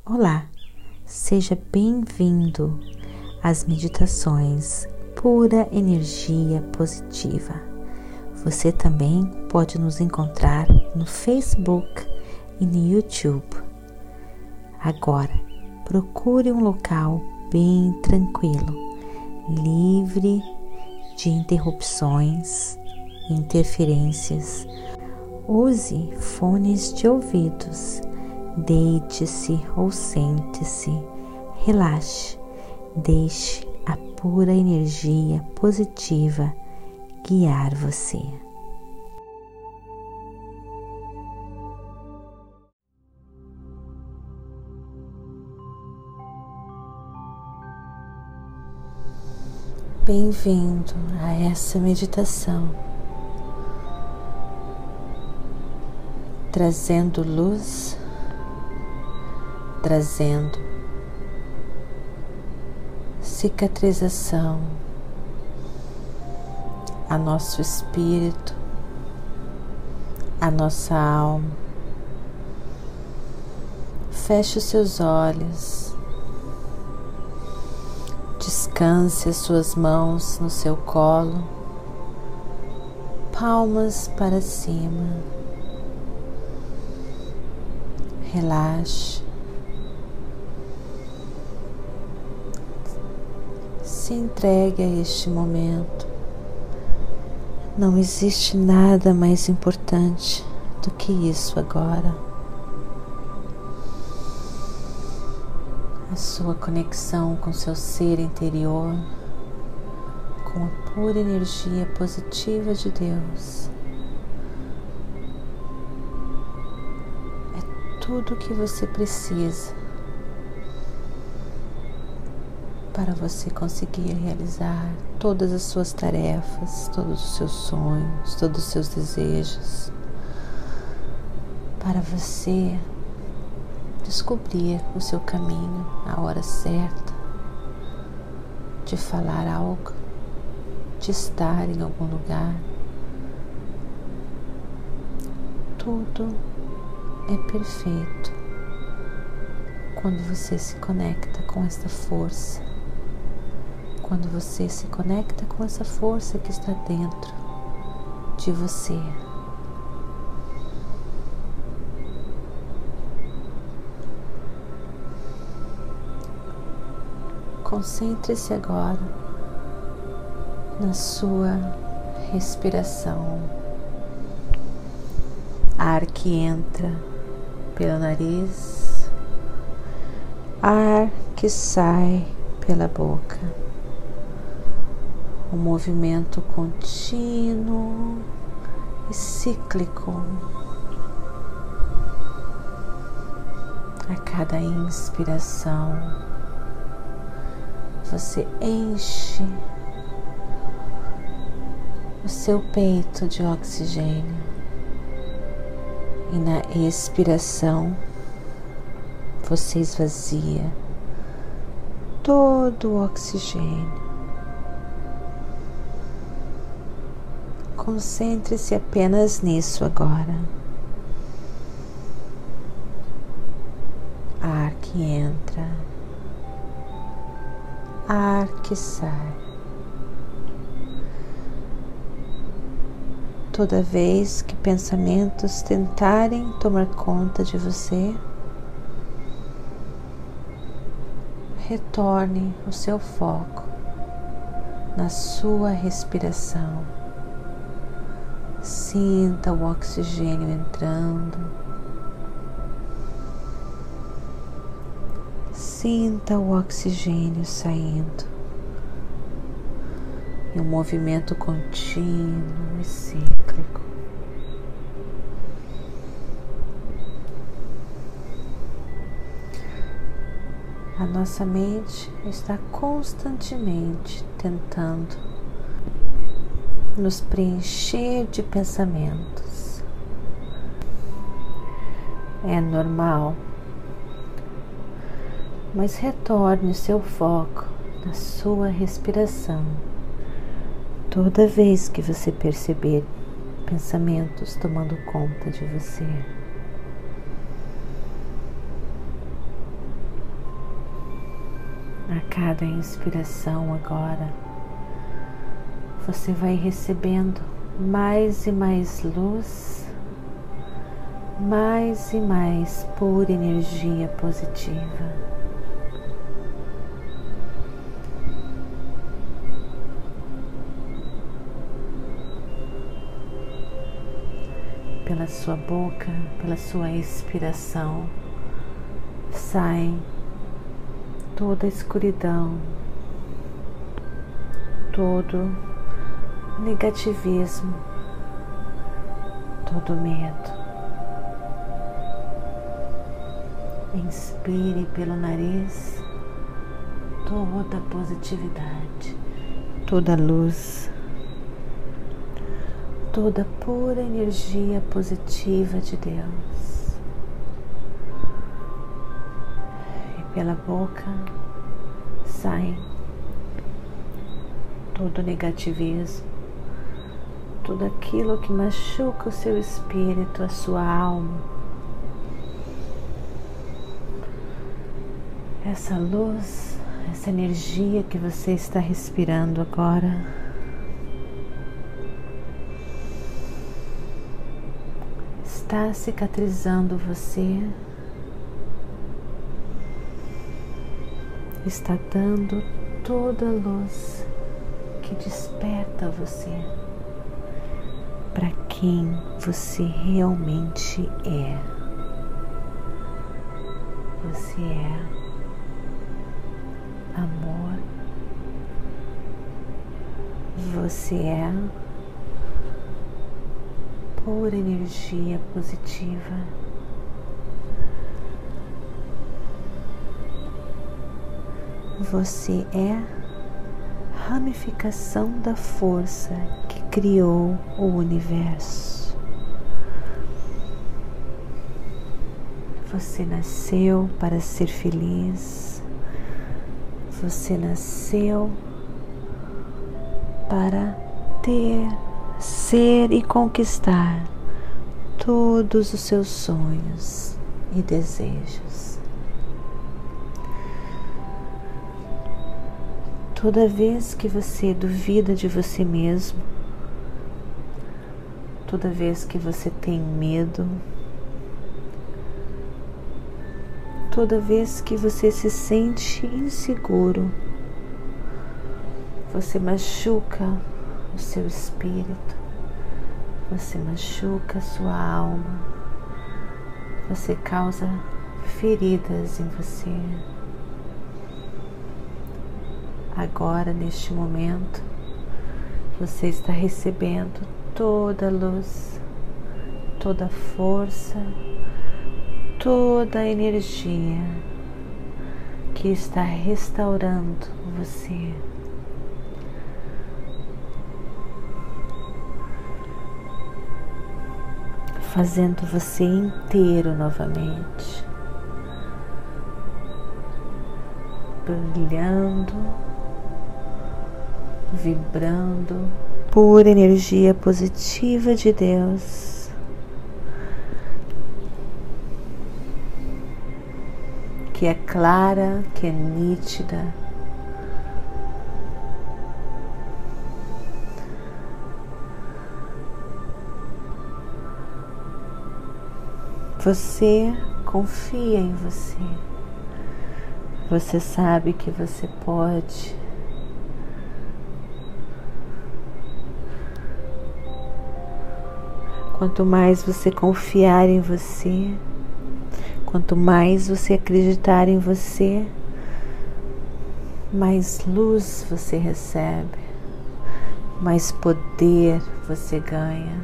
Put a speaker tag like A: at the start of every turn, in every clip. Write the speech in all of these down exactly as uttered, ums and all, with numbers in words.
A: Olá, seja bem-vindo às meditações Pura Energia Positiva. Você também pode nos encontrar no Facebook e no YouTube. Agora, procure um local bem tranquilo, livre de interrupções e interferências. Use fones de ouvidos. Deite-se ou sente-se, relaxe, deixe a pura energia positiva guiar você. Bem-vindo a essa meditação, trazendo luz, trazendo cicatrização a nosso espírito, a nossa alma. Feche os seus olhos, descanse as suas mãos no seu colo, palmas para cima. Relaxe. Se entregue a este momento. Não existe nada mais importante do que isso agora. A sua conexão com seu ser interior, com a pura energia positiva de Deus. É tudo o que você precisa para você conseguir realizar todas as suas tarefas, todos os seus sonhos, todos os seus desejos, para você descobrir o seu caminho, a hora certa de falar algo, de estar em algum lugar. Tudo é perfeito quando você se conecta com esta força. Quando você se conecta com essa força que está dentro de você. Concentre-se agora na sua respiração. Ar que entra pelo nariz, ar que sai pela boca. Um movimento contínuo e cíclico. A cada inspiração, você enche o seu peito de oxigênio e na expiração você esvazia todo o oxigênio. Concentre-se apenas nisso agora. Ar que entra, ar que sai. Toda vez que pensamentos tentarem tomar conta de você, retorne o seu foco na sua respiração. Sinta o oxigênio entrando. Sinta o oxigênio saindo. E um movimento contínuo e cíclico. A nossa mente está constantemente tentando nos preencher de pensamentos. É normal, mas retorne seu foco na sua respiração. Toda vez que você perceber pensamentos tomando conta de você, A cada inspiração agora, você vai recebendo mais e mais luz, mais e mais pura energia positiva. Pela sua boca, pela sua expiração, sai toda a escuridão, todo negativismo, todo medo. Inspire pelo nariz toda a positividade, toda a luz, toda a pura energia positiva de Deus. E pela boca sai todo o negativismo, tudo aquilo que machuca o seu espírito, a sua alma. Essa luz, essa energia que você está respirando agora, está cicatrizando você, está dando toda a luz que desperta você para quem você realmente é. Você é amor, você é pura energia positiva. Você é ramificação da força que criou o universo. Você nasceu para ser feliz. Você nasceu para ter, ser e conquistar todos os seus sonhos e desejos. Toda vez que você duvida de você mesmo, toda vez que você tem medo, toda vez que você se sente inseguro, você machuca o seu espírito, você machuca a sua alma, você causa feridas em você. Agora, neste momento, você está recebendo toda a luz, toda a força, toda a energia que está restaurando você. Fazendo você inteiro novamente, brilhando, vibrando, pura energia positiva de Deus, que é clara, que é nítida, você confia em você, você sabe que você pode. Quanto mais você confiar em você, quanto mais você acreditar em você, mais luz você recebe, mais poder você ganha,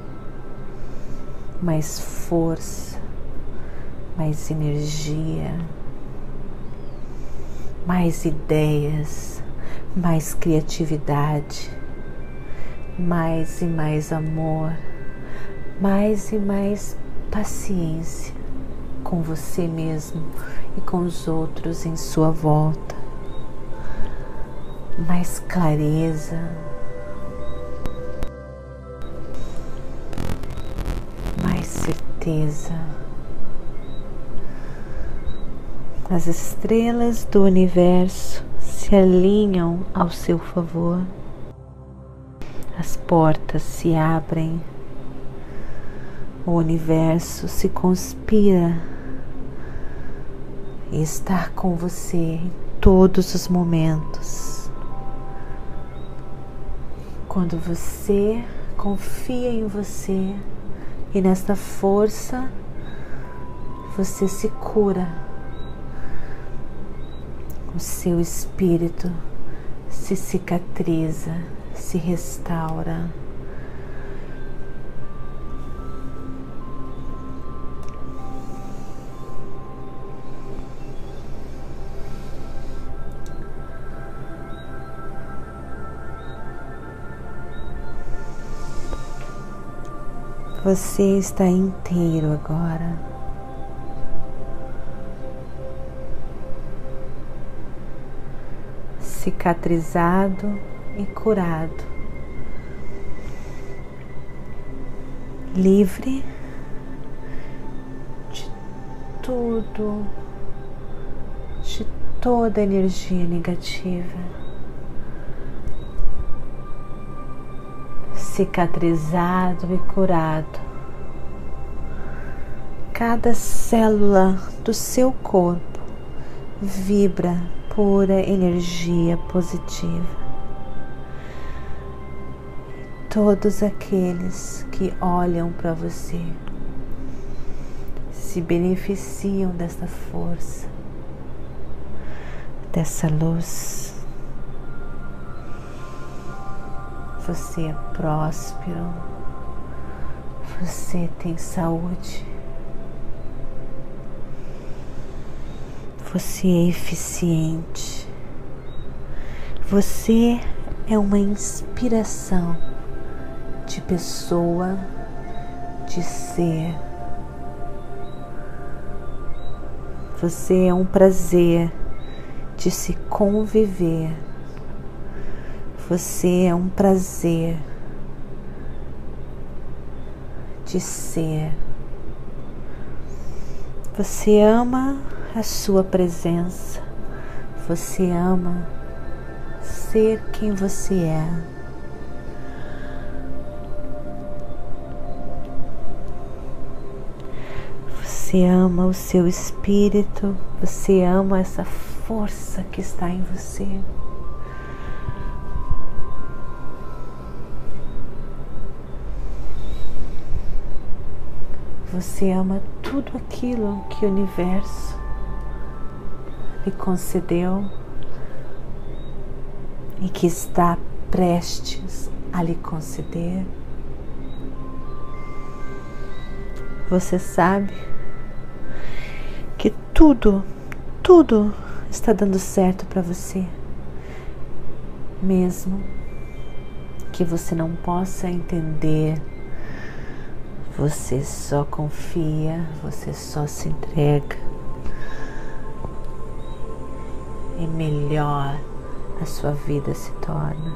A: mais força, mais energia, mais ideias, mais criatividade, mais e mais amor, mais e mais paciência com você mesmo e com os outros em sua volta, mais clareza, mais certeza, As estrelas do universo se alinham ao seu favor. As portas se abrem. O universo se conspira e está com você em todos os momentos. Quando você confia em você e nesta força, você se cura. O seu espírito se cicatriza, se restaura. Você está inteiro agora. Cicatrizado e curado. Livre de tudo, de toda energia negativa. Cicatrizado e curado. Cada célula do seu corpo vibra pura energia positiva. Todos aqueles que olham para você se beneficiam dessa força, dessa luz. Você é próspero, você tem saúde, você é eficiente, você é uma inspiração de pessoa, de ser. Você é um prazer de se conviver. Você é um prazer de ser. Você ama a sua presença. Você ama ser quem você é. Você ama o seu espírito. Você ama essa força que está em você. Você ama tudo aquilo que o universo lhe concedeu e que está prestes a lhe conceder. Você sabe que tudo, tudo está dando certo para você, mesmo que você não possa entender. Você só confia, você só se entrega. E melhor a sua vida se torna.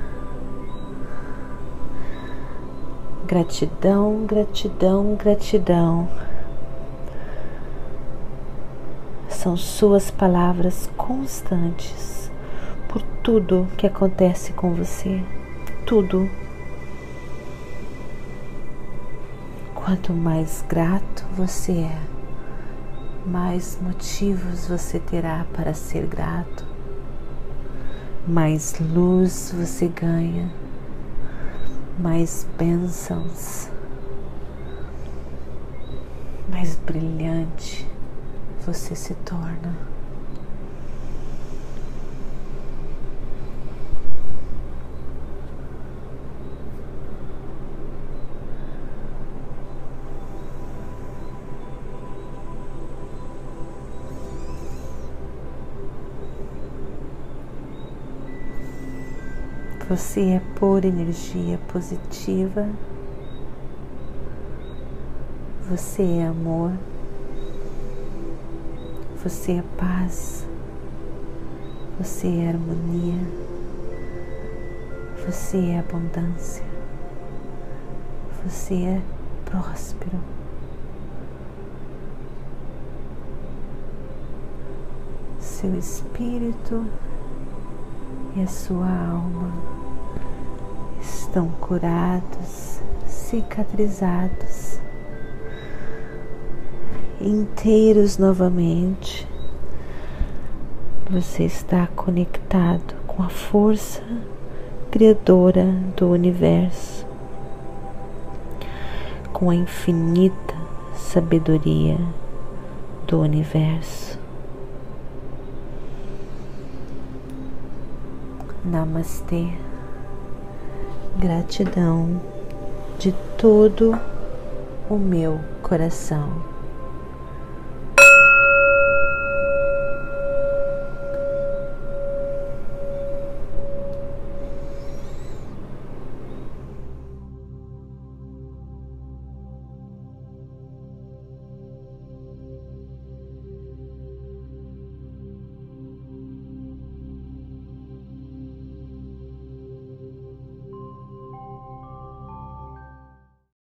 A: Gratidão, gratidão, gratidão. São suas palavras constantes por tudo que acontece com você. Tudo. Quanto mais grato você é, mais motivos você terá para ser grato, mais luz você ganha, mais bênçãos, mais brilhante você se torna. Você é pura energia positiva. Você é amor. Você é paz. Você é harmonia. Você é abundância. Você é próspero. seu espírito e a sua alma estão curados, cicatrizados, inteiros novamente. Você está conectado com a força criadora do universo, com a infinita sabedoria do universo. Namastê. Gratidão de todo o meu coração.